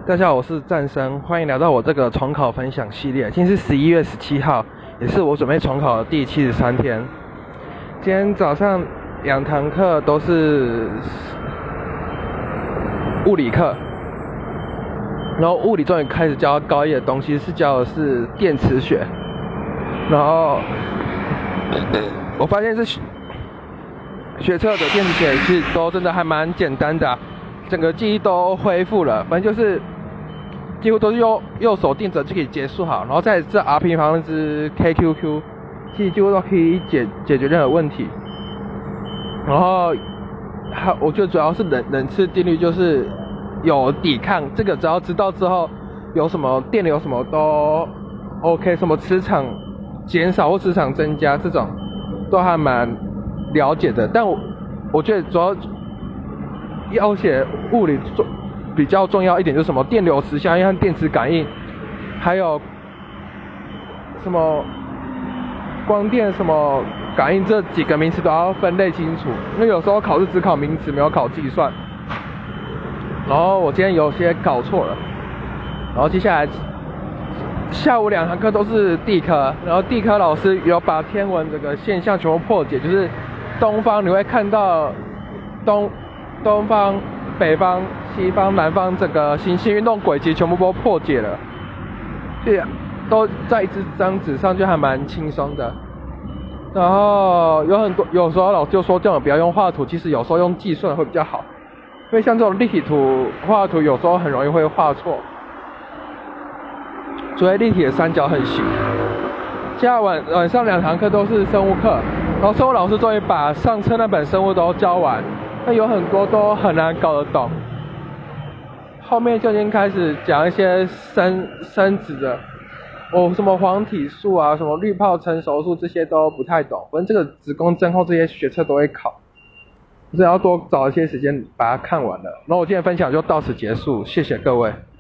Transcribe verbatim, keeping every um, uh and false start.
大家好，我是战生，欢迎来到我这个重考分享系列。今天是十一月十七号，也是我准备重考的第七十三天。今天早上两堂课都是物理课，然后物理终于开始教高一的东西，是教的是电磁学。然后我发现是学测的电磁学其实都真的还蛮简单的、啊，整个记忆都恢复了，反正就是几乎都是右右手定着就可以结束好，然后再这 R 平方之 K Q Q， 其实几乎都可以解解决任何问题。然后还我觉得主要是冷冷次定律，就是有抵抗，这个只要知道之后有什么电流什么都 OK， 什么磁场减少或磁场增加这种都还蛮了解的。但我我觉得主要要写物理重比较重要一点就是什么电流磁相应和电磁感应，还有什么光电什么感应这几个名词都要分类清楚，因为有时候考试只考名词没有考计算。然后我今天有些搞错了，然后接下来下午两堂课都是地科，然后地科老师有把天文这个现象全部破解，就是东方你会看到东东方、北方、西方、南方整个行星运动轨迹全部都破解了，对，都在一张纸上就还蛮轻松的。然后有很多有时候老师就说这种不要用画图，其实有时候用计算会比较好，因为像这种立体图画图有时候很容易会画错，除非立体的三角很细。现在晚晚上两堂课都是生物课，然后生物老师终于把上册那本生物都教完，那有很多都很难搞得懂。后面就已经开始讲一些生生子的，哦，什么黄体素啊，什么滤泡成熟素这些都不太懂，反正这个子宫增厚这些学测都会考，就是要多找一些时间把它看完了。然后我今天分享就到此结束，谢谢各位。